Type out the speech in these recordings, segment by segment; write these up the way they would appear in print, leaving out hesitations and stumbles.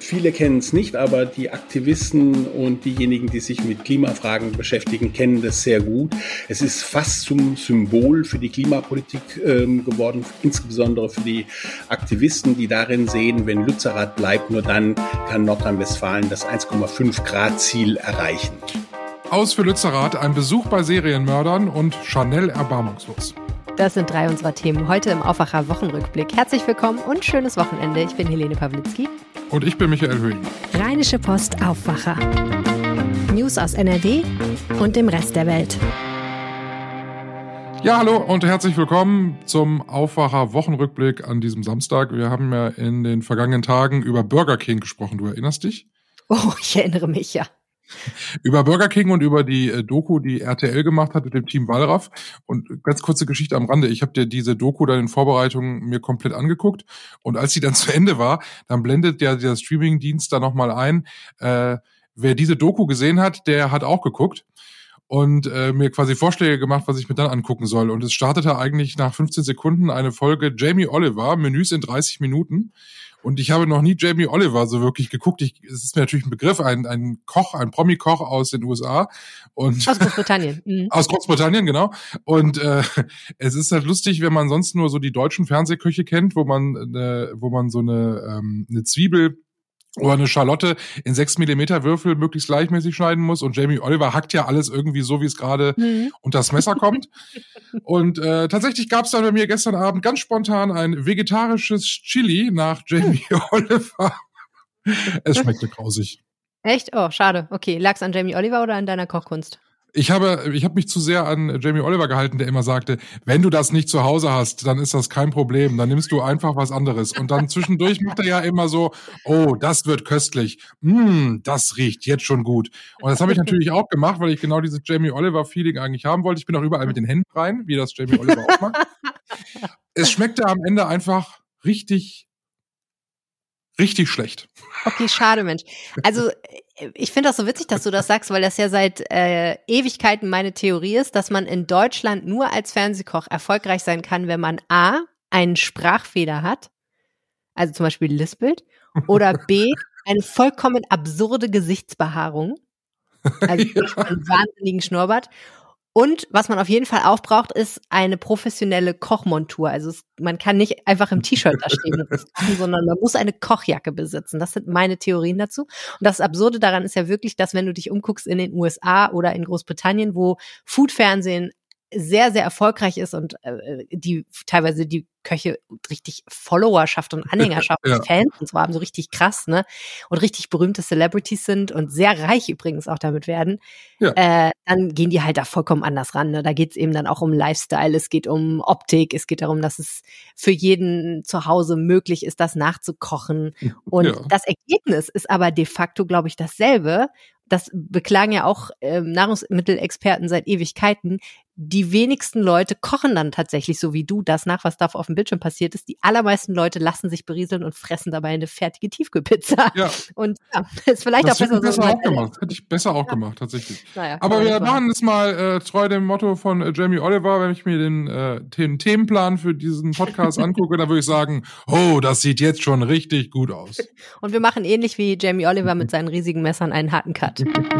Viele kennen es nicht, aber die Aktivisten und diejenigen, die sich mit Klimafragen beschäftigen, kennen das sehr gut. Es ist fast zum Symbol für die Klimapolitik geworden, insbesondere für die Aktivisten, die darin sehen, wenn Lützerath bleibt, nur dann kann Nordrhein-Westfalen das 1,5 Grad Ziel erreichen. Aus für Lützerath, ein Besuch bei Serienmördern und Chanel erbarmungslos. Das sind 3 unserer Themen heute im Aufwacher Wochenrückblick. Herzlich willkommen und schönes Wochenende. Ich bin Helene Pawlitzki. Und ich bin Michael Höhing. Rheinische Post Aufwacher. News aus NRW und dem Rest der Welt. Ja, hallo und herzlich willkommen zum Aufwacher Wochenrückblick an diesem Samstag. Wir haben ja in den vergangenen Tagen über Burger King gesprochen. Du erinnerst dich? Oh, ich erinnere mich, ja. Über Burger King und über die Doku, die RTL gemacht hat mit dem Team Wallraff. Und ganz kurze Geschichte am Rande. Ich habe dir diese Doku dann in Vorbereitung mir komplett angeguckt. Und als sie dann zu Ende war, dann blendet der Streaming-Dienst da nochmal ein. Wer diese Doku gesehen hat, der hat auch geguckt. Und mir quasi Vorschläge gemacht, was ich mir dann angucken soll. Und es startete eigentlich nach 15 Sekunden eine Folge Jamie Oliver, Menüs in 30 Minuten. Und ich habe noch nie Jamie Oliver so wirklich geguckt. Es ist mir natürlich ein Begriff, ein Koch, ein Promi-Koch aus den USA. Und aus Großbritannien. Mhm. Aus Großbritannien, genau. Und es ist halt lustig, wenn man sonst nur so die deutschen Fernsehköche kennt, wo man so eine Zwiebel oder eine Schalotte in 6 mm Würfel möglichst gleichmäßig schneiden muss. Und Jamie Oliver hackt ja alles irgendwie so, wie es gerade unter das Messer kommt. Und tatsächlich gab es dann bei mir gestern Abend ganz spontan ein vegetarisches Chili nach Jamie Oliver. Es schmeckte grausig. Echt? Oh, schade. Okay, lag's an Jamie Oliver oder an deiner Kochkunst? Ich habe mich zu sehr an Jamie Oliver gehalten, der immer sagte, wenn du das nicht zu Hause hast, dann ist das kein Problem, dann nimmst du einfach was anderes. Und dann zwischendurch macht er ja immer so, oh, das wird köstlich, das riecht jetzt schon gut. Und das habe ich natürlich auch gemacht, weil ich genau dieses Jamie Oliver-Feeling eigentlich haben wollte. Ich bin auch überall mit den Händen rein, wie das Jamie Oliver auch macht. Es schmeckte am Ende einfach richtig schlecht. Okay, schade, Mensch. Also ich finde das so witzig, dass du das sagst, weil das ja seit Ewigkeiten meine Theorie ist, dass man in Deutschland nur als Fernsehkoch erfolgreich sein kann, wenn man A, einen Sprachfehler hat, also zum Beispiel lispelt, oder B, eine vollkommen absurde Gesichtsbehaarung, also einen wahnsinnigen Schnurrbart. Und was man auf jeden Fall auch braucht, ist eine professionelle Kochmontur. Also man kann nicht einfach im T-Shirt da stehen und das kochen, sondern man muss eine Kochjacke besitzen. Das sind meine Theorien dazu. Und das Absurde daran ist ja wirklich, dass wenn du dich umguckst in den USA oder in Großbritannien, wo Food-Fernsehen sehr, sehr erfolgreich ist und teilweise die Köche richtig Followerschaft und Anhängerschaft und Fans und so haben, so richtig krass, ne? Und richtig berühmte Celebrities sind und sehr reich übrigens auch damit werden, dann gehen die halt da vollkommen anders ran, ne? Da geht's eben dann auch um Lifestyle, es geht um Optik, es geht darum, dass es für jeden zu Hause möglich ist, das nachzukochen. Und das Ergebnis ist aber de facto, glaube ich, dasselbe. Das beklagen ja auch Nahrungsmittelexperten seit Ewigkeiten. Die wenigsten Leute kochen dann tatsächlich so wie du das nach, was da auf dem Bildschirm passiert ist. Die allermeisten Leute lassen sich berieseln und fressen dabei eine fertige Tiefkühlpizza. Ja. Und ist vielleicht das auch besser so. Hätte ich besser auch gemacht, tatsächlich. Naja, aber wir machen es mal treu dem Motto von Jamie Oliver. Wenn ich mir den Themenplan für diesen Podcast angucke, dann würde ich sagen, oh, das sieht jetzt schon richtig gut aus. Und wir machen ähnlich wie Jamie Oliver mit seinen riesigen Messern einen harten Cut.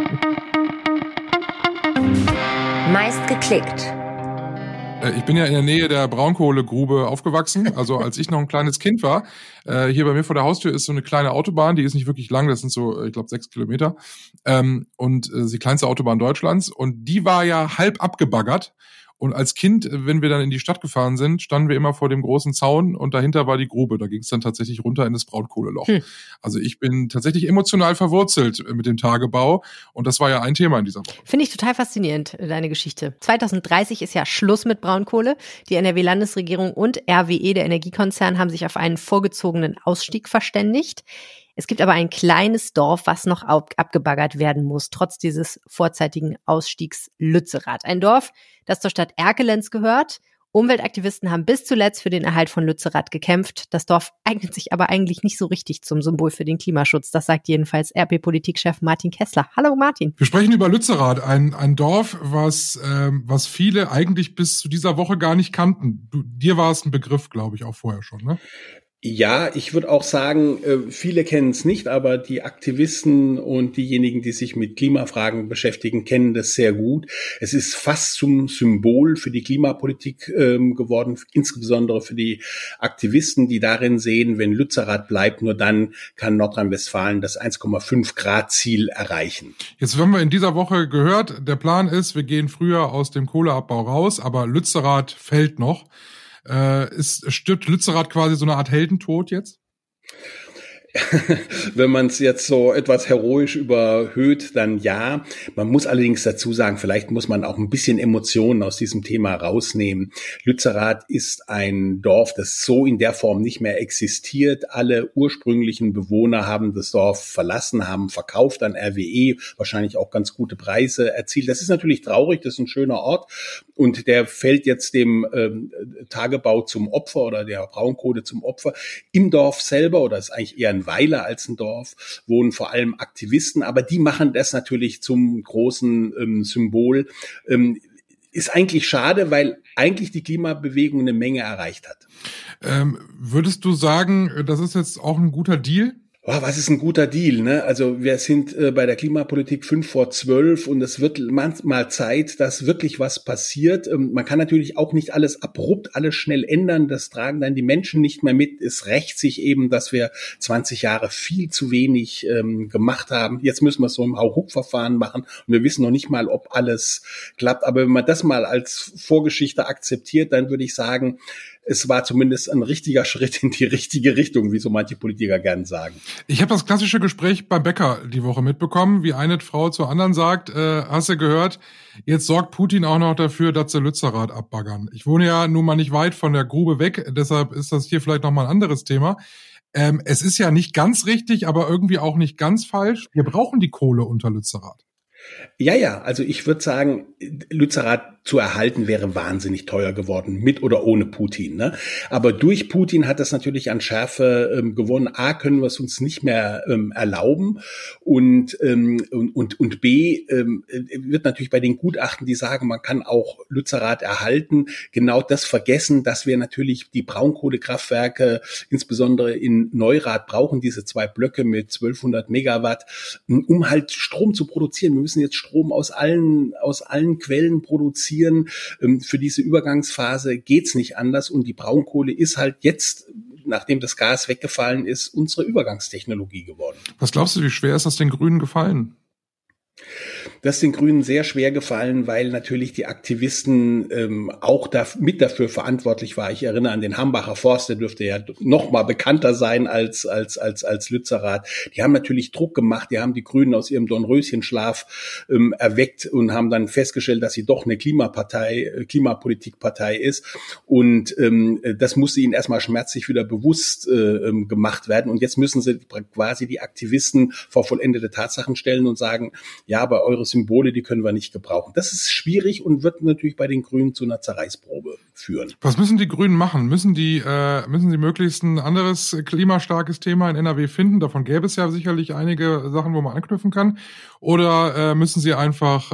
Meist geklickt. Ich bin ja in der Nähe der Braunkohlegrube aufgewachsen, also als ich noch ein kleines Kind war. Hier bei mir vor der Haustür ist so eine kleine Autobahn, die ist nicht wirklich lang, das sind so, ich glaube, 6 Kilometer. Und die kleinste Autobahn Deutschlands. Und die war ja halb abgebaggert. Und als Kind, wenn wir dann in die Stadt gefahren sind, standen wir immer vor dem großen Zaun und dahinter war die Grube. Da ging es dann tatsächlich runter in das Braunkohleloch. Also ich bin tatsächlich emotional verwurzelt mit dem Tagebau und das war ja ein Thema in dieser Woche. Finde ich total faszinierend, deine Geschichte. 2030 ist ja Schluss mit Braunkohle. Die NRW-Landesregierung und RWE, der Energiekonzern, haben sich auf einen vorgezogenen Ausstieg verständigt. Es gibt aber ein kleines Dorf, was noch abgebaggert werden muss, trotz dieses vorzeitigen Ausstiegs Lützerath. Ein Dorf, das zur Stadt Erkelenz gehört. Umweltaktivisten haben bis zuletzt für den Erhalt von Lützerath gekämpft. Das Dorf eignet sich aber eigentlich nicht so richtig zum Symbol für den Klimaschutz. Das sagt jedenfalls RP-Politikchef Martin Kessler. Hallo Martin. Wir sprechen über Lützerath, ein Dorf, was viele eigentlich bis zu dieser Woche gar nicht kannten. Dir war es ein Begriff, glaube ich, auch vorher schon, ne? Ja, ich würde auch sagen, viele kennen es nicht, aber die Aktivisten und diejenigen, die sich mit Klimafragen beschäftigen, kennen das sehr gut. Es ist fast zum Symbol für die Klimapolitik geworden, insbesondere für die Aktivisten, die darin sehen, wenn Lützerath bleibt, nur dann kann Nordrhein-Westfalen das 1,5 Grad Ziel erreichen. Jetzt haben wir in dieser Woche gehört, der Plan ist, wir gehen früher aus dem Kohleabbau raus, aber Lützerath fällt noch. Stirbt Lützerath quasi so eine Art Heldentod jetzt? Wenn man es jetzt so etwas heroisch überhöht, dann ja. Man muss allerdings dazu sagen, vielleicht muss man auch ein bisschen Emotionen aus diesem Thema rausnehmen. Lützerath ist ein Dorf, das so in der Form nicht mehr existiert. Alle ursprünglichen Bewohner haben das Dorf verlassen, haben verkauft an RWE, wahrscheinlich auch ganz gute Preise erzielt. Das ist natürlich traurig, das ist ein schöner Ort und der fällt jetzt dem Tagebau zum Opfer oder der Braunkohle zum Opfer. Im Dorf selber, oder ist eigentlich eher ein Weiler als ein Dorf, wohnen vor allem Aktivisten, aber die machen das natürlich zum großen Symbol. Ist eigentlich schade, weil eigentlich die Klimabewegung eine Menge erreicht hat. Würdest du sagen, das ist jetzt auch ein guter Deal? Oh, was ist ein guter Deal, ne? Also wir sind bei der Klimapolitik 5:12 und es wird manchmal Zeit, dass wirklich was passiert. Man kann natürlich auch nicht alles abrupt, alles schnell ändern. Das tragen dann die Menschen nicht mehr mit. Es rächt sich eben, dass wir 20 Jahre viel zu wenig gemacht haben. Jetzt müssen wir es so im Hauruck-Verfahren machen und wir wissen noch nicht mal, ob alles klappt. Aber wenn man das mal als Vorgeschichte akzeptiert, dann würde ich sagen, es war zumindest ein richtiger Schritt in die richtige Richtung, wie so manche Politiker gern sagen. Ich habe das klassische Gespräch beim Bäcker die Woche mitbekommen, wie eine Frau zur anderen sagt, hast du gehört, jetzt sorgt Putin auch noch dafür, dass sie Lützerath abbaggern. Ich wohne ja nun mal nicht weit von der Grube weg, deshalb ist das hier vielleicht nochmal ein anderes Thema. Es ist ja nicht ganz richtig, aber irgendwie auch nicht ganz falsch. Wir brauchen die Kohle unter Lützerath. Ja, also ich würde sagen, Lützerath zu erhalten wäre wahnsinnig teuer geworden, mit oder ohne Putin, ne? Aber durch Putin hat das natürlich an Schärfe gewonnen. A, können wir es uns nicht mehr erlauben und B, wird natürlich bei den Gutachten, die sagen, man kann auch Lützerath erhalten, genau das vergessen, dass wir natürlich die Braunkohlekraftwerke, insbesondere in Neurath, brauchen, diese 2 Blöcke mit 1200 Megawatt, um halt Strom zu produzieren. Wir müssen jetzt Strom aus allen Quellen produzieren. Für diese Übergangsphase geht's nicht anders und die Braunkohle ist halt jetzt, nachdem das Gas weggefallen ist, unsere Übergangstechnologie geworden. Was glaubst du, wie schwer ist das den Grünen gefallen? Das ist den Grünen sehr schwer gefallen, weil natürlich die Aktivisten auch mit dafür verantwortlich war. Ich erinnere an den Hambacher Forst, der dürfte ja noch mal bekannter sein als Lützerath. Die haben natürlich Druck gemacht, die haben die Grünen aus ihrem Dornröschenschlaf erweckt und haben dann festgestellt, dass sie doch eine Klimapolitikpartei ist. Und das musste ihnen erstmal schmerzlich wieder bewusst gemacht werden. Und jetzt müssen sie quasi die Aktivisten vor vollendete Tatsachen stellen und sagen, ja, aber eure Symbole, die können wir nicht gebrauchen. Das ist schwierig und wird natürlich bei den Grünen zu einer Zerreißprobe führen. Was müssen die Grünen machen? Müssen sie möglichst ein anderes klimastarkes Thema in NRW finden? Davon gäbe es ja sicherlich einige Sachen, wo man anknüpfen kann. Oder müssen sie einfach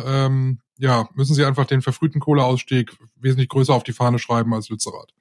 den verfrühten Kohleausstieg wesentlich größer auf die Fahne schreiben als Lützerath?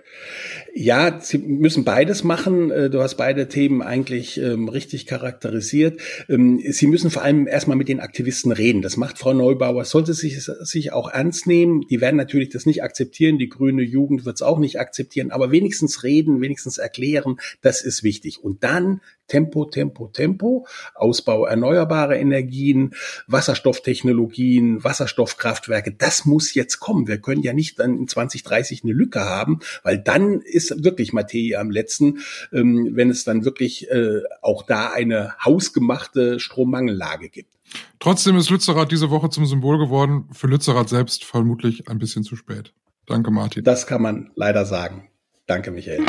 Ja, sie müssen beides machen. Du hast beide Themen eigentlich richtig charakterisiert. Sie müssen vor allem erstmal mit den Aktivisten reden. Das macht Frau Neubauer. Sollte sich auch ernst nehmen. Die werden natürlich das nicht akzeptieren. Die grüne Jugend wird es auch nicht akzeptieren. Aber wenigstens reden, wenigstens erklären, das ist wichtig. Und dann Tempo. Ausbau erneuerbarer Energien, Wasserstofftechnologien, Wasserstoffkraftwerke. Das muss jetzt kommen. Wir können ja nicht dann in 2030 eine Lücke haben, weil dann ist wirklich Materie am letzten, wenn es dann wirklich auch da eine hausgemachte Strommangellage gibt. Trotzdem ist Lützerath diese Woche zum Symbol geworden. Für Lützerath selbst vermutlich ein bisschen zu spät. Danke, Martin. Das kann man leider sagen. Danke, Michael.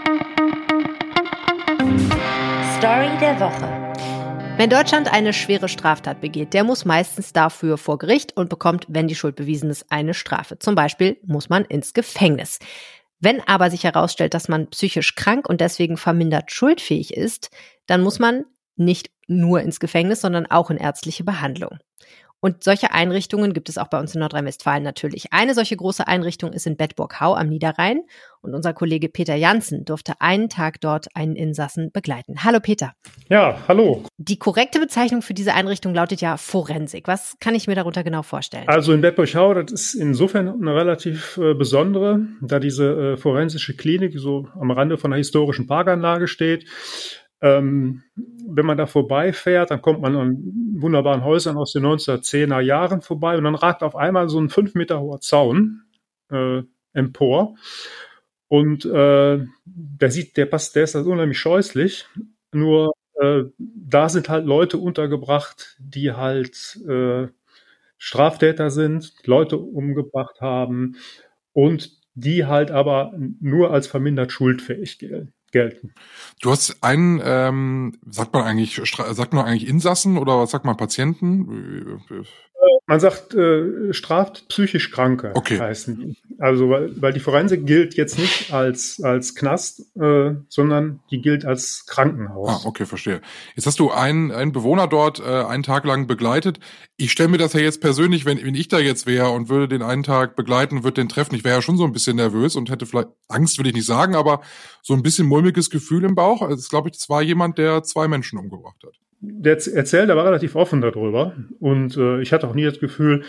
Story der Woche. Wenn Deutschland eine schwere Straftat begeht, der muss meistens dafür vor Gericht und bekommt, wenn die Schuld bewiesen ist, eine Strafe. Zum Beispiel muss man ins Gefängnis. Wenn aber sich herausstellt, dass man psychisch krank und deswegen vermindert schuldfähig ist, dann muss man nicht nur ins Gefängnis, sondern auch in ärztliche Behandlung. Und solche Einrichtungen gibt es auch bei uns in Nordrhein-Westfalen natürlich. Eine solche große Einrichtung ist in Bedburg-Hau am Niederrhein. Und unser Kollege Peter Janssen durfte einen Tag dort einen Insassen begleiten. Hallo Peter. Ja, hallo. Die korrekte Bezeichnung für diese Einrichtung lautet ja Forensik. Was kann ich mir darunter genau vorstellen? Also in Bedburg-Hau, das ist insofern eine relativ besondere, da diese forensische Klinik so am Rande von einer historischen Parkanlage steht. Wenn man da vorbeifährt, dann kommt man an wunderbaren Häusern aus den 1910er Jahren vorbei und dann ragt auf einmal so ein 5 Meter hoher Zaun empor. Und der ist also unheimlich scheußlich. Nur da sind halt Leute untergebracht, die halt Straftäter sind, Leute umgebracht haben und die halt aber nur als vermindert schuldfähig gelten. Du hast einen, sagt man eigentlich Insassen oder was sagt man, Patienten? Man sagt psychisch Kranke, okay. Heißen die. Also weil die Forensik gilt jetzt nicht als Knast, sondern die gilt als Krankenhaus. Okay, verstehe. Jetzt hast du einen Bewohner dort einen Tag lang begleitet. Ich stelle mir das ja jetzt persönlich, wenn ich da jetzt wäre und würde den einen Tag begleiten, würde den treffen, ich wäre ja schon so ein bisschen nervös und hätte vielleicht Angst, will ich nicht sagen, aber so ein bisschen mulmiges Gefühl im Bauch. Also, glaube ich, das war jemand, der 2 Menschen umgebracht hat. Der erzählt aber relativ offen darüber und ich hatte auch nie das Gefühl,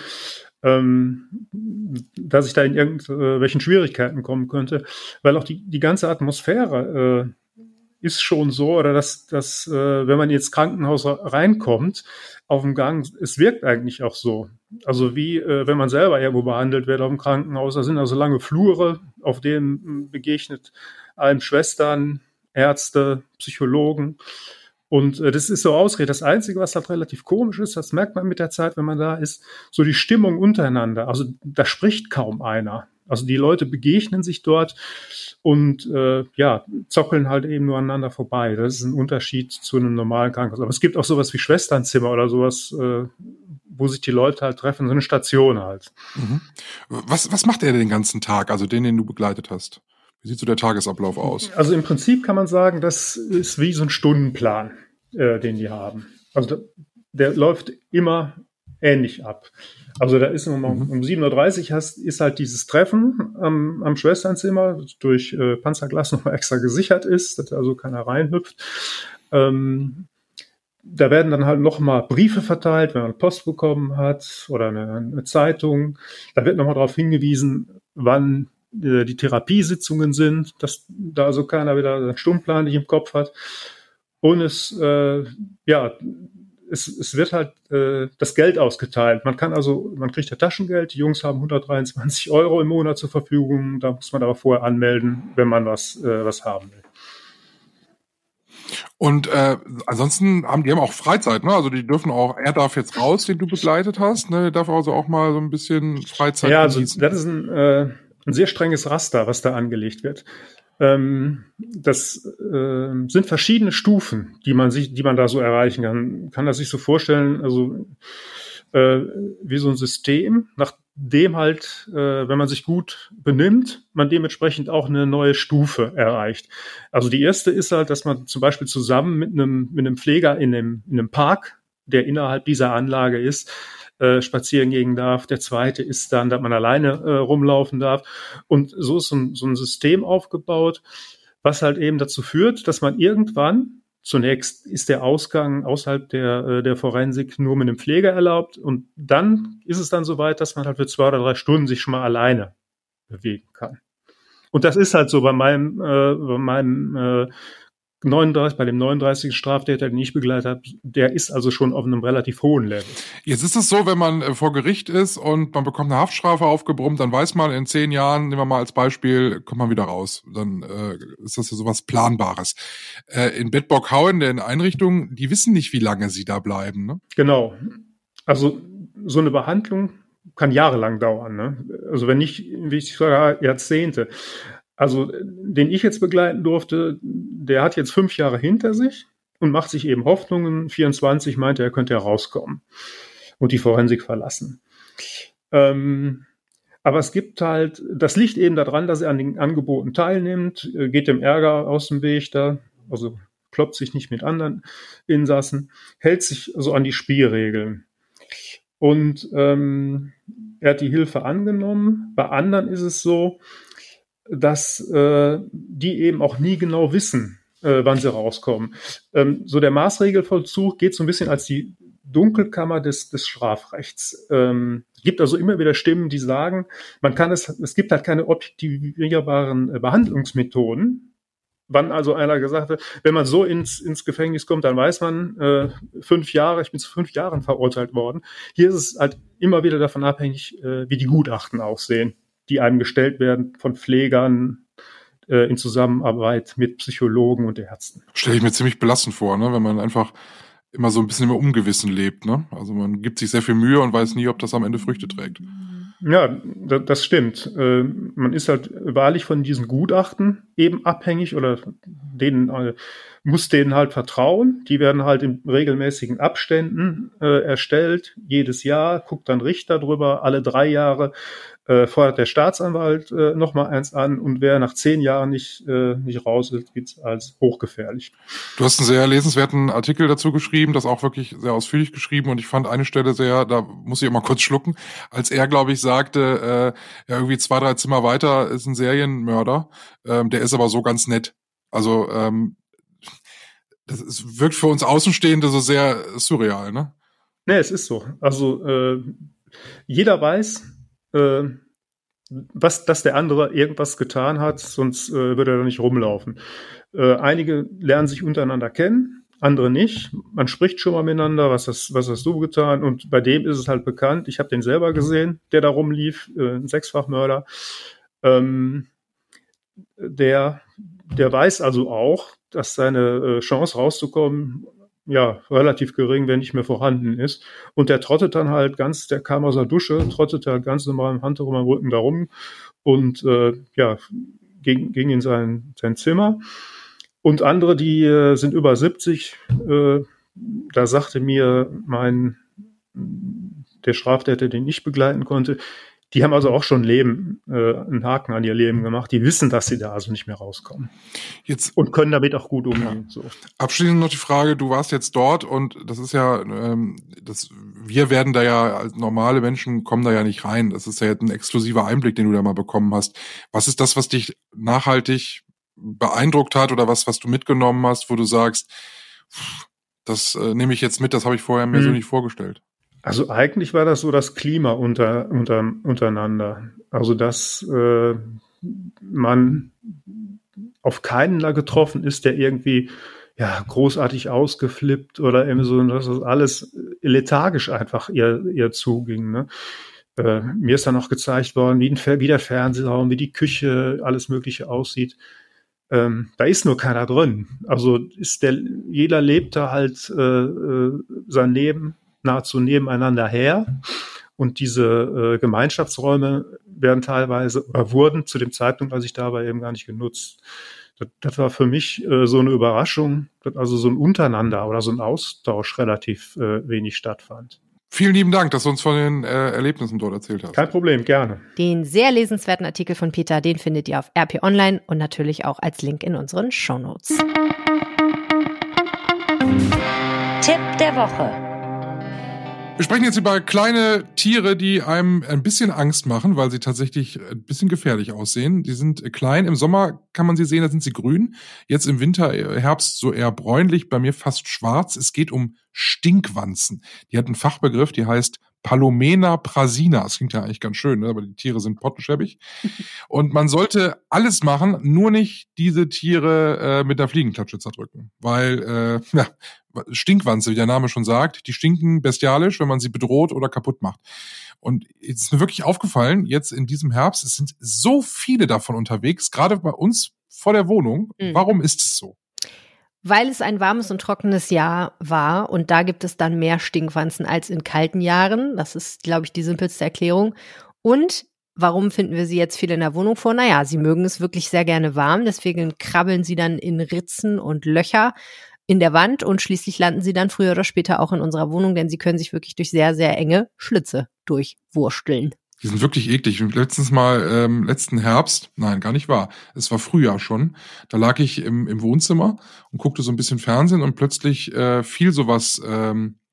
dass ich da in irgendwelchen Schwierigkeiten kommen könnte, weil auch die ganze Atmosphäre ist schon so, oder dass wenn man ins Krankenhaus reinkommt, auf dem Gang, es wirkt eigentlich auch so. Also wie wenn man selber irgendwo behandelt wird auf dem Krankenhaus, da sind also lange Flure, auf denen begegnet einem Schwestern, Ärzte, Psychologen. Und das ist so Ausrede. Das Einzige, was halt relativ komisch ist, das merkt man mit der Zeit, wenn man da ist, so die Stimmung untereinander. Also da spricht kaum einer. Also die Leute begegnen sich dort und zockeln halt eben nur aneinander vorbei. Das ist ein Unterschied zu einem normalen Krankenhaus. Aber es gibt auch sowas wie Schwesternzimmer oder sowas, wo sich die Leute halt treffen, so eine Station halt. Mhm. Was macht er den ganzen Tag, also den du begleitet hast? Wie sieht so der Tagesablauf aus? Also im Prinzip kann man sagen, das ist wie so ein Stundenplan, den die haben. Also der läuft immer ähnlich ab. Also da ist um 7:30 Uhr ist halt dieses Treffen am Schwesternzimmer, das durch Panzerglas nochmal extra gesichert ist, dass also keiner reinhüpft. Da werden dann halt nochmal Briefe verteilt, wenn man Post bekommen hat oder eine Zeitung. Da wird nochmal darauf hingewiesen, wann die Therapiesitzungen sind, dass da also keiner wieder einen Stundenplan nicht im Kopf hat. Und es wird halt das Geld ausgeteilt. Man kriegt ja Taschengeld. Die Jungs haben 123 € im Monat zur Verfügung. Da muss man aber vorher anmelden, wenn man was haben will. Und ansonsten haben die auch Freizeit, ne? Also die dürfen auch, er darf jetzt raus, den du begleitet hast, ne? Er darf also auch mal so ein bisschen Freizeit genießen. Ja, also das ist ein sehr strenges Raster, was da angelegt wird. Das sind verschiedene Stufen, die man da so erreichen kann. Kann das sich so vorstellen, also wie so ein System, nach dem halt, wenn man sich gut benimmt, man dementsprechend auch eine neue Stufe erreicht. Also die erste ist halt, dass man zum Beispiel zusammen mit einem Pfleger in einem Park, der innerhalb dieser Anlage ist, spazieren gehen darf. Der zweite ist dann, dass man alleine rumlaufen darf. Und so ist so ein System aufgebaut, was halt eben dazu führt, dass man irgendwann, zunächst ist der Ausgang außerhalb der Forensik nur mit einem Pfleger erlaubt und dann ist es dann soweit, dass man halt für 2 oder 3 Stunden sich schon mal alleine bewegen kann. Und das ist halt so bei dem 39. Straftäter, den ich begleitet habe, der ist also schon auf einem relativ hohen Level. Jetzt ist es so, wenn man vor Gericht ist und man bekommt eine Haftstrafe aufgebrummt, dann weiß man, in 10 Jahren, nehmen wir mal als Beispiel, kommt man wieder raus. Dann ist das ja sowas Planbares. In Bedburg-Hau in den Einrichtungen, die wissen nicht, wie lange sie da bleiben, ne? Genau. Also so eine Behandlung kann jahrelang dauern, ne? Also wenn nicht, wie ich sage, Jahrzehnte. Also den ich jetzt begleiten durfte, der hat jetzt 5 Jahre hinter sich und macht sich eben Hoffnungen. 24 meinte er, könnte rauskommen und die Forensik verlassen. Aber es gibt halt, das liegt eben daran, dass er an den Angeboten teilnimmt, geht dem Ärger aus dem Weg da, also kloppt sich nicht mit anderen Insassen, hält sich also an die Spielregeln. Und er hat die Hilfe angenommen. Bei anderen ist es so, dass die eben auch nie genau wissen, wann sie rauskommen. So der Maßregelvollzug geht so ein bisschen als die Dunkelkammer des Strafrechts. Gibt also immer wieder Stimmen, die sagen, es gibt halt keine objektivierbaren Behandlungsmethoden. Wann also einer gesagt hat, wenn man so ins Gefängnis kommt, dann weiß man, 5 Jahre, ich bin zu 5 Jahren verurteilt worden. Hier ist es halt immer wieder davon abhängig, wie die Gutachten aussehen, die einem gestellt werden von Pflegern in Zusammenarbeit mit Psychologen und Ärzten. Stelle ich mir ziemlich belastend vor, ne? Wenn man einfach immer so ein bisschen im Ungewissen lebt, ne? Also man gibt sich sehr viel Mühe und weiß nie, ob das am Ende Früchte trägt. Ja, das stimmt. Man ist halt wahrlich von diesen Gutachten eben abhängig oder muss denen halt vertrauen. Die werden halt in regelmäßigen Abständen erstellt. Jedes Jahr guckt dann Richter drüber. Alle 3 Jahre fordert der Staatsanwalt noch mal eins an. Und wer nach 10 Jahren nicht raus ist, gilt es als hochgefährlich. Du hast einen sehr lesenswerten Artikel dazu geschrieben, das auch wirklich sehr ausführlich geschrieben. Und ich fand eine Stelle da muss ich immer kurz schlucken, als er, glaube ich, sagte, ja, irgendwie 2, 3 Zimmer weiter ist ein Serienmörder. Der ist aber so ganz nett. Also wirkt für uns Außenstehende so sehr surreal, ne? Nee, es ist so. Also jeder weiß, dass der andere irgendwas getan hat, sonst würde er da nicht rumlaufen. Einige lernen sich untereinander kennen, andere nicht. Man spricht schon mal miteinander, was hast du getan? Und bei dem ist es halt bekannt, ich habe den selber gesehen, der da rumlief, ein 6-fach-Mörder. Der weiß also auch, dass seine Chance rauszukommen relativ gering, wenn nicht mehr vorhanden ist. Und der trottet dann halt der kam aus der Dusche, trottet halt ganz normal im Handtuch am Rücken da rum und ging in sein Zimmer. Und andere, die sind über 70, da sagte mir der Straftäter, den ich begleiten konnte, die haben also auch schon einen Haken an ihr Leben gemacht. Die wissen, dass sie da also nicht mehr rauskommen. Und können damit auch gut umgehen. So. Abschließend noch die Frage, du warst jetzt dort und das ist ja, wir werden da ja, als normale Menschen kommen da ja nicht rein. Das ist ja jetzt ein exklusiver Einblick, den du da mal bekommen hast. Was ist das, was dich nachhaltig beeindruckt hat oder was du mitgenommen hast, wo du sagst, das nehme ich jetzt mit, das habe ich vorher mir so nicht vorgestellt? Also eigentlich war das so das Klima untereinander. Also dass man auf keinen da getroffen ist, der irgendwie großartig ausgeflippt oder eben so, dass das alles lethargisch einfach ihr zuging. Ne? Mir ist dann auch gezeigt worden, wie der Fernsehraum, wie die Küche, alles Mögliche aussieht. Da ist nur keiner drin. Also jeder lebt da halt sein Leben nahezu nebeneinander her. Und diese Gemeinschaftsräume wurden zu dem Zeitpunkt, als ich da war, eben gar nicht genutzt. Das war für mich so eine Überraschung, dass also so ein Untereinander oder so ein Austausch relativ wenig stattfand. Vielen lieben Dank, dass du uns von den Erlebnissen dort erzählt hast. Kein Problem, gerne. Den sehr lesenswerten Artikel von Peter, den findet ihr auf RP Online und natürlich auch als Link in unseren Shownotes. Tipp der Woche. Wir sprechen jetzt über kleine Tiere, die einem ein bisschen Angst machen, weil sie tatsächlich ein bisschen gefährlich aussehen. Die sind klein. Im Sommer kann man sie sehen, da sind sie grün. Jetzt im Winter, Herbst so eher bräunlich, bei mir fast schwarz. Es geht um Stinkwanzen. Die hat einen Fachbegriff, die heißt Palomena prasina. Das klingt ja eigentlich ganz schön, ne? Aber die Tiere sind pottenschäbig. Und man sollte alles machen, nur nicht diese Tiere mit der Fliegenklatsche zerdrücken. Weil, Stinkwanze, wie der Name schon sagt, die stinken bestialisch, wenn man sie bedroht oder kaputt macht. Und jetzt ist mir wirklich aufgefallen, jetzt in diesem Herbst, es sind so viele davon unterwegs, gerade bei uns vor der Wohnung. Warum ist es so? Weil es ein warmes und trockenes Jahr war und da gibt es dann mehr Stinkwanzen als in kalten Jahren. Das ist, glaube ich, die simpelste Erklärung. Und warum finden wir sie jetzt viel in der Wohnung vor? Naja, sie mögen es wirklich sehr gerne warm, deswegen krabbeln sie dann in Ritzen und Löcher in der Wand und schließlich landen sie dann früher oder später auch in unserer Wohnung, denn sie können sich wirklich durch sehr, sehr enge Schlitze durchwursteln. Die sind wirklich eklig. Letzten Herbst, nein, gar nicht wahr. Es war Frühjahr schon. Da lag ich im Wohnzimmer und guckte so ein bisschen Fernsehen und plötzlich fiel sowas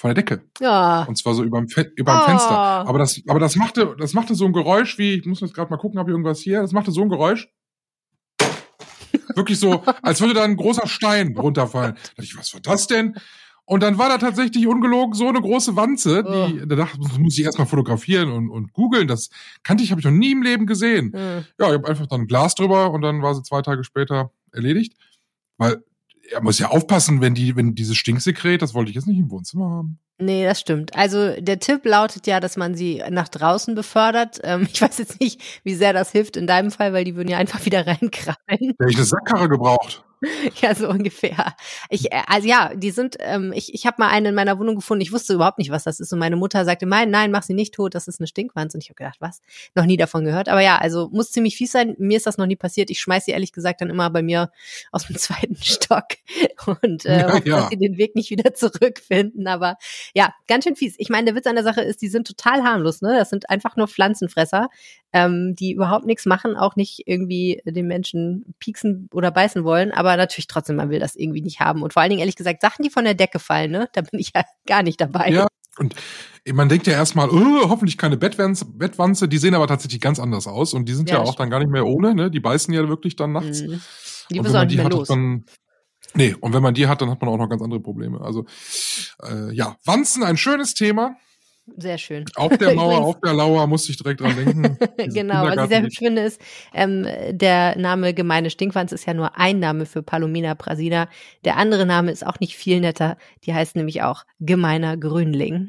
von der Decke. Ja. Und zwar so überm Fenster. Aber das machte so ein Geräusch wie, ich muss jetzt gerade mal gucken, habe ich irgendwas hier? Das machte so ein Geräusch. Wirklich so, als würde da ein großer Stein runterfallen. Da dachte ich, was war das denn? Und dann war da tatsächlich ungelogen so eine große Wanze, da dachte ich, das muss ich erstmal fotografieren und googeln. Das habe ich noch nie im Leben gesehen. Ja, ich habe einfach dann ein Glas drüber und dann war sie 2 Tage später erledigt. Weil er muss ja aufpassen, wenn dieses Stinksekret, das wollte ich jetzt nicht im Wohnzimmer haben. Nee, das stimmt. Also der Tipp lautet ja, dass man sie nach draußen befördert. Ich weiß jetzt nicht, wie sehr das hilft in deinem Fall, weil die würden ja einfach wieder reinkrallen. Hätte ich eine Sackkarre gebraucht. Ja, so ungefähr. Also ja, die sind, ich habe mal einen in meiner Wohnung gefunden, ich wusste überhaupt nicht, was das ist. Und meine Mutter sagte, nein, mach sie nicht tot, das ist eine Stinkwanze. Und ich habe gedacht, was? Noch nie davon gehört. Aber ja, also muss ziemlich fies sein. Mir ist das noch nie passiert. Ich schmeiß sie ehrlich gesagt dann immer bei mir aus dem 2. Stock und hoffe, dass sie den Weg nicht wieder zurückfinden. Aber ja, ganz schön fies. Ich meine, der Witz an der Sache ist, die sind total harmlos, ne? Das sind einfach nur Pflanzenfresser, die überhaupt nichts machen, auch nicht irgendwie den Menschen pieksen oder beißen wollen, aber natürlich trotzdem, man will das irgendwie nicht haben. Und vor allen Dingen, ehrlich gesagt, Sachen, die von der Decke fallen, ne, da bin ich ja gar nicht dabei. Ja, und man denkt ja erstmal, hoffentlich keine Bettwanze, die sehen aber tatsächlich ganz anders aus und die sind ja auch dann gar nicht mehr ohne, ne, die beißen ja wirklich dann nachts. Die müssen auch nicht mehr los. Nee, und wenn man die hat, dann hat man auch noch ganz andere Probleme. Also, Wanzen, ein schönes Thema. Sehr schön. Auf der Mauer, auf der Lauer, musste ich direkt dran denken. Genau, was ich sehr hübsch finde, ist, der Name gemeine Stinkwanze ist ja nur ein Name für Palomina brasina. Der andere Name ist auch nicht viel netter. Die heißt nämlich auch gemeiner Grünling.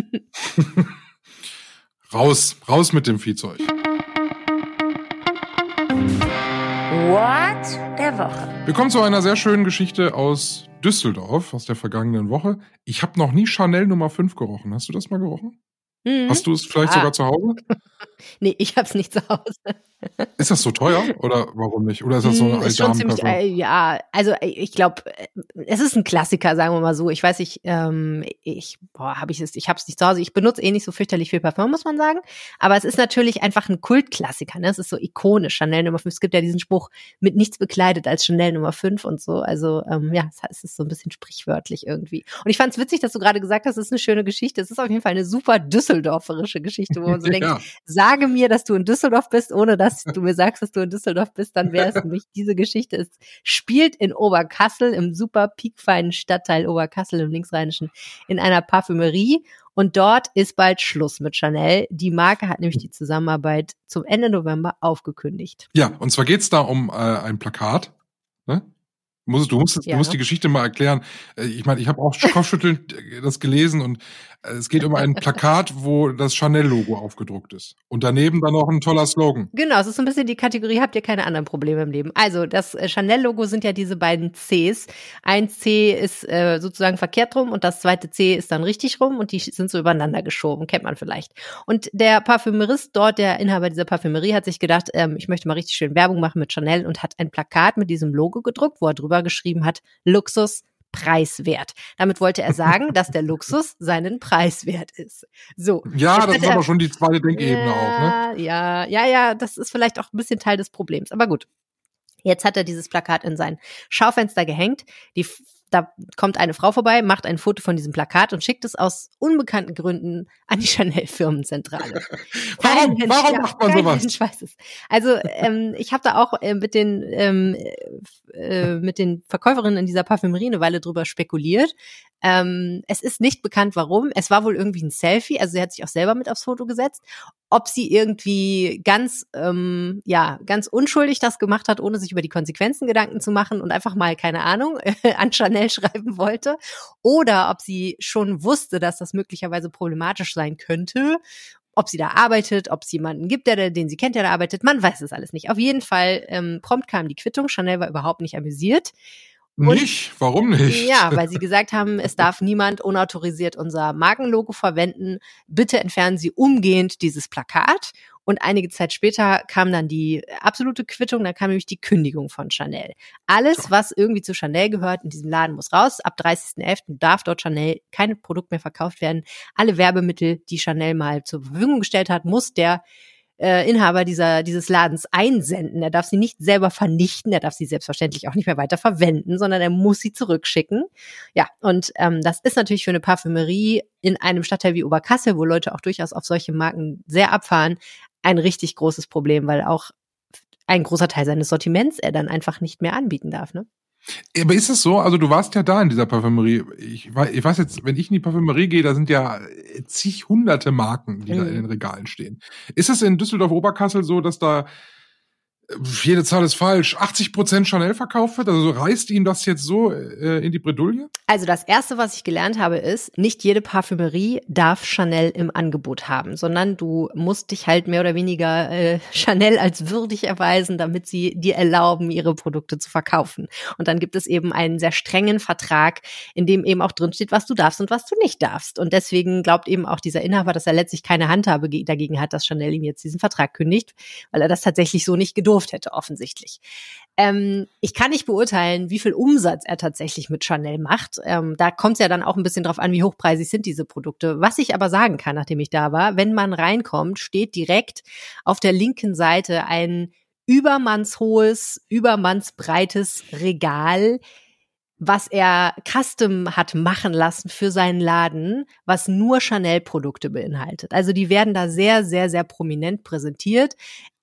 Raus mit dem Viehzeug. What der Woche. Wir kommen zu einer sehr schönen Geschichte aus Düsseldorf, aus der vergangenen Woche. Ich habe noch nie Chanel Nummer 5 gerochen. Hast du das mal gerochen? Hast du es vielleicht sogar zu Hause? Nee, ich hab's nicht zu Hause. Ist das so teuer oder warum nicht? Oder ist das so eine ist schon ziemlich, ja, also ich glaube, es ist ein Klassiker, sagen wir mal so. Ich weiß nicht, ich hab's nicht zu Hause. Ich benutze nicht so fürchterlich viel Parfum, muss man sagen. Aber es ist natürlich einfach ein Kultklassiker, ne? Es ist so ikonisch, Chanel Nummer 5. Es gibt ja diesen Spruch, mit nichts bekleidet als Chanel Nummer 5 und so. Also es ist so ein bisschen sprichwörtlich irgendwie. Und ich fand's witzig, dass du gerade gesagt hast, es ist eine schöne Geschichte. Es ist auf jeden Fall eine super düsseldorferische Geschichte, wo man so denkt, sage mir, dass du in Düsseldorf bist, ohne dass du mir sagst, dass du in Düsseldorf bist, dann wäre es nämlich diese Geschichte. Es spielt in Oberkassel, im super piekfeinen Stadtteil Oberkassel im Linksrheinischen, in einer Parfümerie. Und dort ist bald Schluss mit Chanel. Die Marke hat nämlich die Zusammenarbeit zum Ende November aufgekündigt. Ja, und zwar geht's da um ein Plakat, ne? Du musst die Geschichte mal erklären. Ich meine, ich habe auch kopfschüttelnd das gelesen und es geht um ein Plakat, wo das Chanel-Logo aufgedruckt ist. Und daneben dann noch ein toller Slogan. Genau, es ist so ein bisschen die Kategorie, habt ihr keine anderen Probleme im Leben. Also das Chanel-Logo sind ja diese beiden Cs. Ein C ist sozusagen verkehrt rum und das zweite C ist dann richtig rum und die sind so übereinander geschoben, kennt man vielleicht. Und der Parfümerist dort, der Inhaber dieser Parfümerie, hat sich gedacht, ich möchte mal richtig schön Werbung machen mit Chanel und hat ein Plakat mit diesem Logo gedruckt, wo er drüber geschrieben hat, Luxus, preiswert. Damit wollte er sagen, dass der Luxus seinen Preis wert ist. So. Ja, das ist aber schon die zweite Denkebene auch, ne? Ja, das ist vielleicht auch ein bisschen Teil des Problems. Aber gut. Jetzt hat er dieses Plakat in sein Schaufenster gehängt. Da kommt eine Frau vorbei, macht ein Foto von diesem Plakat und schickt es aus unbekannten Gründen an die Chanel-Firmenzentrale. Warum macht man sowas? Ich weiß es. Also ich habe da auch mit den Verkäuferinnen in dieser Parfümerie eine Weile drüber spekuliert. Es ist nicht bekannt, warum. Es war wohl irgendwie ein Selfie, also sie hat sich auch selber mit aufs Foto gesetzt. Ob sie irgendwie ganz unschuldig das gemacht hat, ohne sich über die Konsequenzen Gedanken zu machen und einfach mal, keine Ahnung, an Chanel schreiben wollte. Oder ob sie schon wusste, dass das möglicherweise problematisch sein könnte. Ob sie da arbeitet, ob es jemanden gibt, den sie kennt, der da arbeitet. Man weiß es alles nicht. Auf jeden Fall prompt kam die Quittung. Chanel war überhaupt nicht amüsiert. Nicht? Warum nicht? Ja, weil sie gesagt haben, es darf niemand unautorisiert unser Markenlogo verwenden. Bitte entfernen Sie umgehend dieses Plakat. Und einige Zeit später kam dann die absolute Quittung, dann kam nämlich die Kündigung von Chanel. Alles, was irgendwie zu Chanel gehört, in diesem Laden muss raus. Ab 30.11. darf dort Chanel kein Produkt mehr verkauft werden. Alle Werbemittel, die Chanel mal zur Verfügung gestellt hat, muss der Inhaber dieses Ladens einsenden. Er darf sie nicht selber vernichten, er darf sie selbstverständlich auch nicht mehr weiter verwenden, sondern er muss sie zurückschicken. Ja, und das ist natürlich für eine Parfümerie in einem Stadtteil wie Oberkassel, wo Leute auch durchaus auf solche Marken sehr abfahren, ein richtig großes Problem, weil auch ein großer Teil seines Sortiments er dann einfach nicht mehr anbieten darf, ne? Aber ist es so? Also du warst ja da in dieser Parfümerie. Ich weiß jetzt, wenn ich in die Parfümerie gehe, da sind ja zig hunderte Marken, die da in den Regalen stehen. Ist es in Düsseldorf-Oberkassel so, dass da, jede Zahl ist falsch, 80% Chanel verkauft wird? Also reißt Ihnen das jetzt so in die Bredouille? Also das Erste, was ich gelernt habe, ist, nicht jede Parfümerie darf Chanel im Angebot haben, sondern du musst dich halt mehr oder weniger Chanel als würdig erweisen, damit sie dir erlauben, ihre Produkte zu verkaufen. Und dann gibt es eben einen sehr strengen Vertrag, in dem eben auch drinsteht, was du darfst und was du nicht darfst. Und deswegen glaubt eben auch dieser Inhaber, dass er letztlich keine Handhabe dagegen hat, dass Chanel ihm jetzt diesen Vertrag kündigt, weil er das tatsächlich so nicht gedurft hätte, offensichtlich. Ich kann nicht beurteilen, wie viel Umsatz er tatsächlich mit Chanel macht. Da kommt es ja dann auch ein bisschen drauf an, wie hochpreisig sind diese Produkte. Was ich aber sagen kann, nachdem ich da war, wenn man reinkommt, steht direkt auf der linken Seite ein übermannshohes, übermannsbreites Regal, was er custom hat machen lassen für seinen Laden, was nur Chanel-Produkte beinhaltet. Also die werden da sehr, sehr, sehr prominent präsentiert.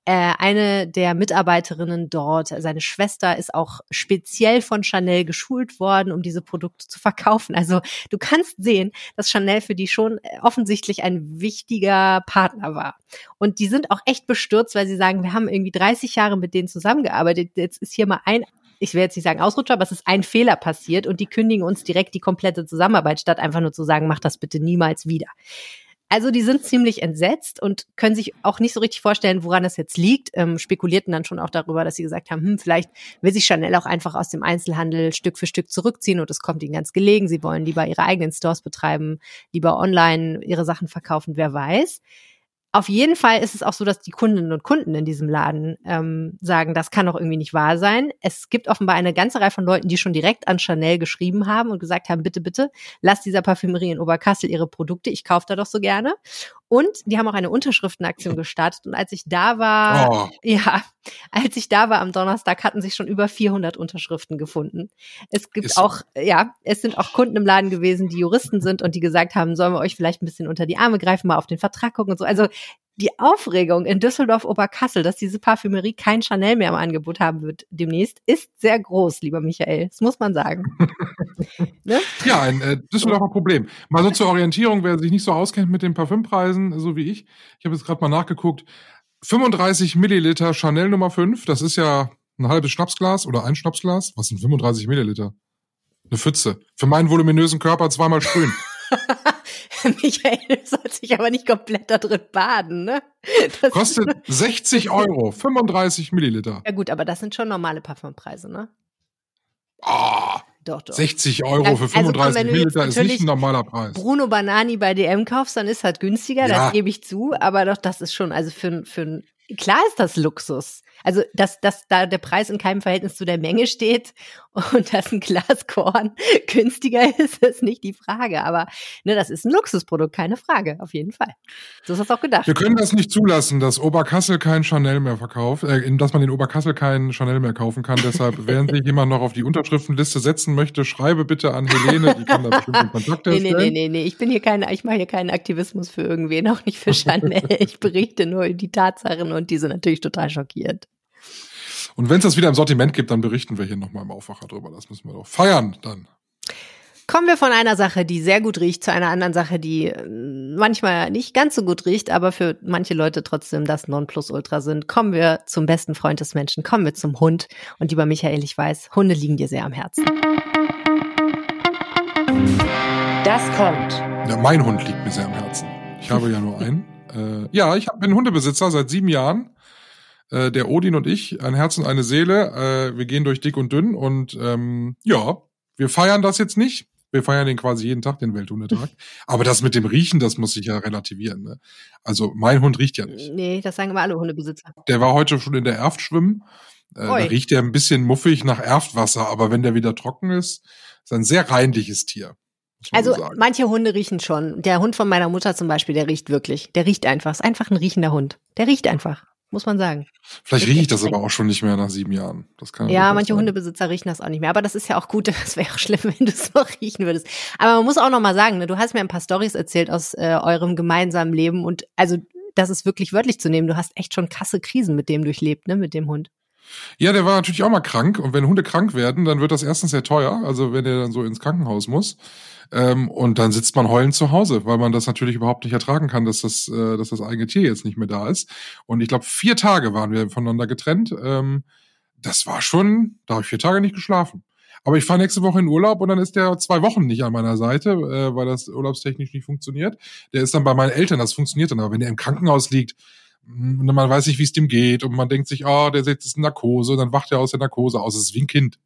Eine der Mitarbeiterinnen dort, seine Schwester, ist auch speziell von Chanel geschult worden, um diese Produkte zu verkaufen. Also du kannst sehen, dass Chanel für die schon offensichtlich ein wichtiger Partner war. Und die sind auch echt bestürzt, weil sie sagen, wir haben irgendwie 30 Jahre mit denen zusammengearbeitet. Jetzt ist hier mal ich will jetzt nicht sagen Ausrutscher, aber es ist ein Fehler passiert und die kündigen uns direkt die komplette Zusammenarbeit, statt einfach nur zu sagen, mach das bitte niemals wieder. Also die sind ziemlich entsetzt und können sich auch nicht so richtig vorstellen, woran es jetzt liegt, spekulierten dann schon auch darüber, dass sie gesagt haben, vielleicht will sich Chanel auch einfach aus dem Einzelhandel Stück für Stück zurückziehen und es kommt ihnen ganz gelegen, sie wollen lieber ihre eigenen Stores betreiben, lieber online ihre Sachen verkaufen, wer weiß. Auf jeden Fall ist es auch so, dass die Kundinnen und Kunden in diesem Laden sagen, das kann doch irgendwie nicht wahr sein. Es gibt offenbar eine ganze Reihe von Leuten, die schon direkt an Chanel geschrieben haben und gesagt haben, bitte, bitte, lasst dieser Parfümerie in Oberkassel ihre Produkte, ich kaufe da doch so gerne. Und die haben auch eine Unterschriftenaktion gestartet. Und als ich da war, als ich da war am Donnerstag, hatten sich schon über 400 Unterschriften gefunden. Es gibt es sind auch Kunden im Laden gewesen, die Juristen sind und die gesagt haben, sollen wir euch vielleicht ein bisschen unter die Arme greifen, mal auf den Vertrag gucken und so. Also die Aufregung in Düsseldorf-Oberkassel, dass diese Parfümerie kein Chanel mehr im Angebot haben wird demnächst, ist sehr groß, lieber Michael. Das muss man sagen. Ne? Ja, ein Düsseldorfer Problem. Mal so zur Orientierung, wer sich nicht so auskennt mit den Parfümpreisen, so wie ich habe jetzt gerade mal nachgeguckt, 35 Milliliter Chanel Nummer 5, das ist ja ein halbes Schnapsglas oder ein Schnapsglas. Was sind 35 Milliliter? Eine Pfütze. Für meinen voluminösen Körper zweimal sprühen. Michael soll sich aber nicht komplett da drin baden, ne? Das kostet 60 €, 35 Milliliter. Ja gut, aber das sind schon normale Parfümpreise, ne? Doch. 60 € für 35 Milliliter ist nicht ein normaler Preis. Bruno Banani bei DM kaufst, dann ist das günstiger, das gebe ich zu, aber doch, das ist schon, also klar ist das Luxus. Also, dass da der Preis in keinem Verhältnis zu der Menge steht und dass ein Glas Korn günstiger ist nicht die Frage. Aber das ist ein Luxusprodukt, keine Frage, auf jeden Fall. So ist das auch gedacht. Wir können das nicht zulassen, dass Oberkassel kein Chanel mehr verkauft, dass man in Oberkassel keinen Chanel mehr kaufen kann. Deshalb, während sich jemand noch auf die Unterschriftenliste setzen möchte, schreibe bitte an Helene, die kann da bestimmt einen Kontakt herstellen. Nee. Ich mache hier keinen Aktivismus für irgendwen, auch nicht für Chanel. Ich berichte nur die Tatsachen und die sind natürlich total schockiert. Und wenn es das wieder im Sortiment gibt, dann berichten wir hier nochmal im Aufwacher drüber. Das müssen wir doch feiern dann. Kommen wir von einer Sache, die sehr gut riecht, zu einer anderen Sache, die manchmal nicht ganz so gut riecht, aber für manche Leute trotzdem das Nonplusultra sind. Kommen wir zum besten Freund des Menschen, kommen wir zum Hund. Und lieber Michael, ich weiß, Hunde liegen dir sehr am Herzen. Das kommt. Ja, mein Hund liegt mir sehr am Herzen. Ich habe ja nur einen. Ich bin Hundebesitzer seit 7 Jahren. Der Odin und ich, ein Herz und eine Seele. Wir gehen durch dick und dünn und wir feiern das jetzt nicht. Wir feiern den quasi jeden Tag, den Welthundetag. Aber das mit dem Riechen, das muss ich ja relativieren. Ne? Also mein Hund riecht ja nicht. Nee, das sagen immer alle Hundebesitzer. Der war heute schon in der Erft schwimmen. Da riecht der ein bisschen muffig nach Erftwasser. Aber wenn der wieder trocken ist, ist ein sehr reinliches Tier. Also so sagen. manche Hunde riechen schon. Der Hund von meiner Mutter zum Beispiel, der riecht wirklich. Der riecht einfach. Ist einfach ein riechender Hund. Der riecht einfach, muss man sagen. Vielleicht rieche ich das aber auch schon nicht mehr nach 7 Jahren. Das kann Ja, durchaus manche sein. Hundebesitzer riechen das auch nicht mehr. Aber das ist ja auch gut. Das wäre auch schlimm, wenn du es noch riechen würdest. Aber man muss auch noch mal sagen, ne, du hast mir ein paar Storys erzählt aus eurem gemeinsamen Leben. Und also das ist wirklich wörtlich zu nehmen. Du hast echt schon krasse Krisen mit dem durchlebt, ne, mit dem Hund. Ja, der war natürlich auch mal krank. Und wenn Hunde krank werden, dann wird das erstens sehr teuer. Also wenn der dann so ins Krankenhaus muss. Und dann sitzt man heulend zu Hause, weil man das natürlich überhaupt nicht ertragen kann, dass das eigene Tier jetzt nicht mehr da ist. Und ich glaube, 4 Tage waren wir voneinander getrennt. Das war schon, da habe ich 4 Tage nicht geschlafen. Aber ich fahre nächste Woche in Urlaub und dann ist der 2 Wochen nicht an meiner Seite, weil das urlaubstechnisch nicht funktioniert. Der ist dann bei meinen Eltern, das funktioniert dann. Aber wenn der im Krankenhaus liegt, und man weiß nicht, wie es dem geht und man denkt sich, der sitzt in Narkose, und dann wacht er aus der Narkose aus. Das ist wie ein Kind.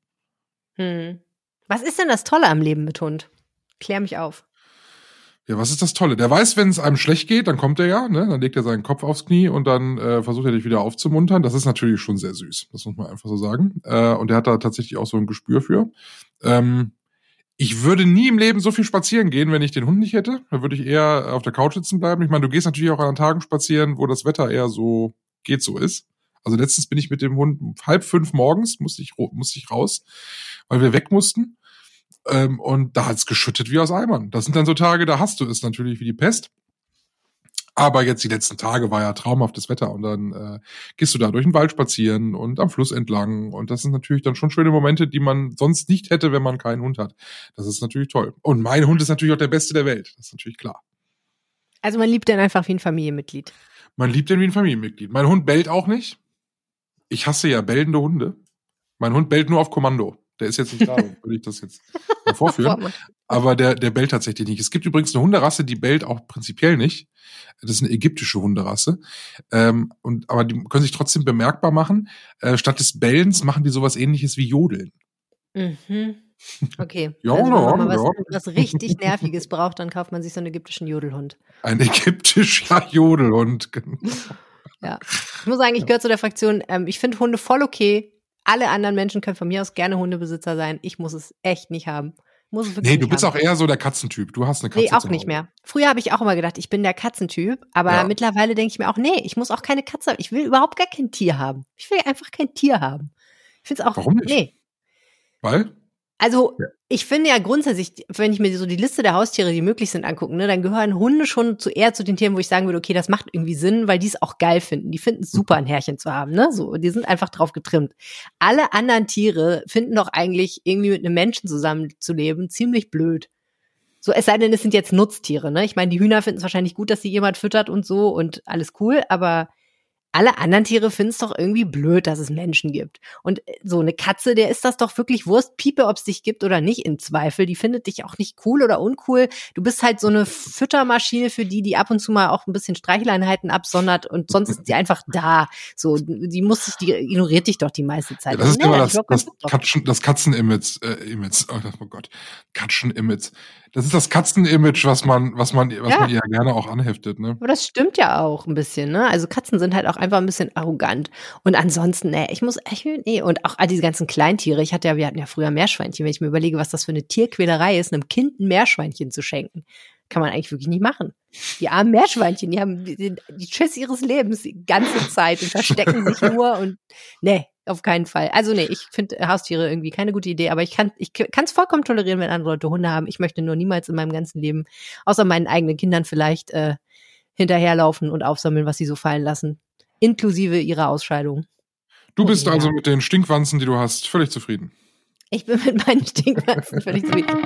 Was ist denn das Tolle am Leben mit Hund? Klär mich auf. Ja, was ist das Tolle? Der weiß, wenn es einem schlecht geht, dann kommt er ja, ne? Dann legt er seinen Kopf aufs Knie und dann versucht er dich wieder aufzumuntern. Das ist natürlich schon sehr süß. Das muss man einfach so sagen. Und der hat da tatsächlich auch so ein Gespür für. Ich würde nie im Leben so viel spazieren gehen, wenn ich den Hund nicht hätte. Da würde ich eher auf der Couch sitzen bleiben. Ich meine, du gehst natürlich auch an Tagen spazieren, wo das Wetter eher so ist. Also letztens bin ich mit dem Hund 4:30 morgens, musste ich raus, weil wir weg mussten. Und da hat's geschüttet wie aus Eimern. Das sind dann so Tage, da hast du es natürlich wie die Pest. Aber jetzt die letzten Tage war ja traumhaftes Wetter und dann gehst du da durch den Wald spazieren und am Fluss entlang. Und das sind natürlich dann schon schöne Momente, die man sonst nicht hätte, wenn man keinen Hund hat. Das ist natürlich toll. Und mein Hund ist natürlich auch der Beste der Welt. Das ist natürlich klar. Also man liebt den einfach wie ein Familienmitglied. Man liebt den wie ein Familienmitglied. Mein Hund bellt auch nicht. Ich hasse ja bellende Hunde. Mein Hund bellt nur auf Kommando. Der ist jetzt nicht da, würde ich das jetzt mal vorführen. Aber der bellt tatsächlich nicht. Es gibt übrigens eine Hunderasse, die bellt auch prinzipiell nicht. Das ist eine ägyptische Hunderasse. Aber die können sich trotzdem bemerkbar machen. Statt des Bellens machen die sowas Ähnliches wie Jodeln. Okay. Ja, also wenn man ja. was richtig Nerviges braucht, dann kauft man sich so einen ägyptischen Jodelhund. Ein ägyptischer Jodelhund. Ja. Ich muss sagen, ich gehöre zu der Fraktion, ich finde Hunde voll okay. Alle anderen Menschen können von mir aus gerne Hundebesitzer sein. Ich muss es echt nicht haben. Muss es wirklich Nee, du bist haben. auch eher so der Katzentyp. Du hast eine Katze. Nee, auch nicht mehr. Früher habe ich auch immer gedacht, ich bin der Katzentyp. Aber mittlerweile denke ich mir auch, nee, ich muss auch keine Katze haben. Ich will überhaupt gar kein Tier haben. Ich will einfach kein Tier haben. Ich finde es auch. Warum nicht? Nee. Weil? Also, ich finde ja grundsätzlich, wenn ich mir so die Liste der Haustiere, die möglich sind, angucke, ne, dann gehören Hunde schon eher zu den Tieren, wo ich sagen würde, okay, das macht irgendwie Sinn, weil die es auch geil finden. Die finden es super, ein Herrchen zu haben, ne? So, die sind einfach drauf getrimmt. Alle anderen Tiere finden doch eigentlich irgendwie mit einem Menschen zusammenzuleben ziemlich blöd. So, es sei denn, es sind jetzt Nutztiere, ne? Ich meine, die Hühner finden es wahrscheinlich gut, dass sie jemand füttert und so und alles cool, aber alle anderen Tiere finden es doch irgendwie blöd, dass es Menschen gibt. Und so eine Katze, der ist das doch wirklich Wurstpiepe, ob es dich gibt oder nicht im Zweifel. Die findet dich auch nicht cool oder uncool. Du bist halt so eine Füttermaschine für die ab und zu mal auch ein bisschen Streicheleinheiten absondert und sonst ist die einfach da. So, die ignoriert dich doch die meiste Zeit. Ja, das ist immer nee, das Katzen-Image. Oh Gott, Katschen-Image. Das ist das Katzen-Image, was man ihr gerne auch anheftet, ne? Aber das stimmt ja auch ein bisschen, ne? Also Katzen sind halt auch einfach ein bisschen arrogant. Und ansonsten, und auch all diese ganzen Kleintiere. Wir hatten ja früher Meerschweinchen. Wenn ich mir überlege, was das für eine Tierquälerei ist, einem Kind ein Meerschweinchen zu schenken, kann man eigentlich wirklich nicht machen. Die armen Meerschweinchen, die haben die Schiss ihres Lebens die ganze Zeit und verstecken sich nur und auf keinen Fall. Also ich finde Haustiere irgendwie keine gute Idee, aber ich kann es vollkommen tolerieren, wenn andere Leute Hunde haben. Ich möchte nur niemals in meinem ganzen Leben, außer meinen eigenen Kindern vielleicht, hinterherlaufen und aufsammeln, was sie so fallen lassen. Inklusive ihrer Ausscheidung. Du bist also mit den Stinkwanzen, die du hast, völlig zufrieden. Ich bin mit meinen Stinkwanzen völlig zufrieden.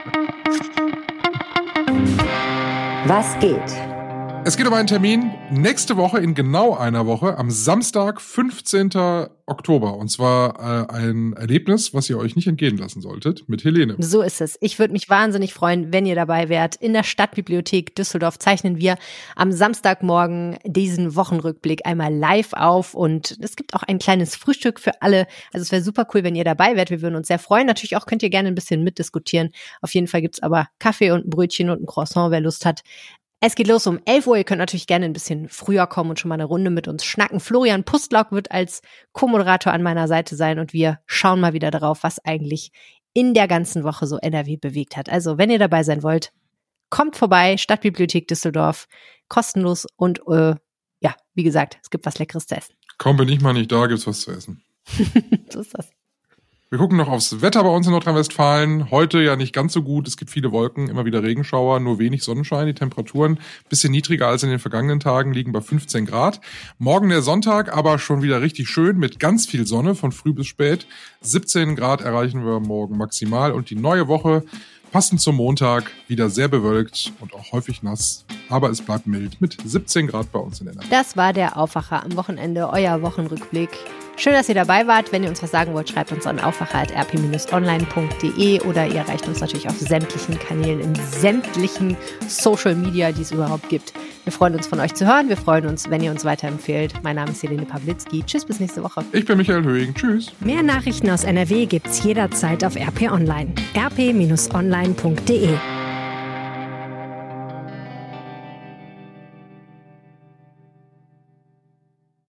Was geht? Es geht um einen Termin nächste Woche, in genau einer Woche, am Samstag, 15. Oktober. Und zwar ein Erlebnis, was ihr euch nicht entgehen lassen solltet, mit Helene. So ist es. Ich würde mich wahnsinnig freuen, wenn ihr dabei wärt. In der Stadtbibliothek Düsseldorf zeichnen wir am Samstagmorgen diesen Wochenrückblick einmal live auf. Und es gibt auch ein kleines Frühstück für alle. Also es wäre super cool, wenn ihr dabei wärt. Wir würden uns sehr freuen. Natürlich auch könnt ihr gerne ein bisschen mitdiskutieren. Auf jeden Fall gibt's aber Kaffee und ein Brötchen und ein Croissant, wer Lust hat. Es geht los um 11 Uhr. Ihr könnt natürlich gerne ein bisschen früher kommen und schon mal eine Runde mit uns schnacken. Florian Pustlauk wird als Co-Moderator an meiner Seite sein und wir schauen mal wieder darauf, was eigentlich in der ganzen Woche so NRW bewegt hat. Also, wenn ihr dabei sein wollt, kommt vorbei, Stadtbibliothek Düsseldorf, kostenlos und wie gesagt, es gibt was Leckeres zu essen. Kaum bin ich mal nicht da, gibt's was zu essen. So ist das. Wir gucken noch aufs Wetter bei uns in Nordrhein-Westfalen. Heute ja nicht ganz so gut. Es gibt viele Wolken, immer wieder Regenschauer, nur wenig Sonnenschein. Die Temperaturen ein bisschen niedriger als in den vergangenen Tagen, liegen bei 15 Grad. Morgen der Sonntag, aber schon wieder richtig schön mit ganz viel Sonne von früh bis spät. 17 Grad erreichen wir morgen maximal. Und die neue Woche, passend zum Montag, wieder sehr bewölkt und auch häufig nass. Aber es bleibt mild mit 17 Grad bei uns in NRW. Das war der Aufwacher am Wochenende, euer Wochenrückblick. Schön, dass ihr dabei wart. Wenn ihr uns was sagen wollt, schreibt uns an aufwacher@rp-online.de oder ihr erreicht uns natürlich auf sämtlichen Kanälen, in sämtlichen Social Media, die es überhaupt gibt. Wir freuen uns, von euch zu hören. Wir freuen uns, wenn ihr uns weiterempfehlt. Mein Name ist Helene Pawlitzki. Tschüss, bis nächste Woche. Ich bin Michael Höhing. Tschüss. Mehr Nachrichten aus NRW gibt's jederzeit auf RP Online. rp-online.de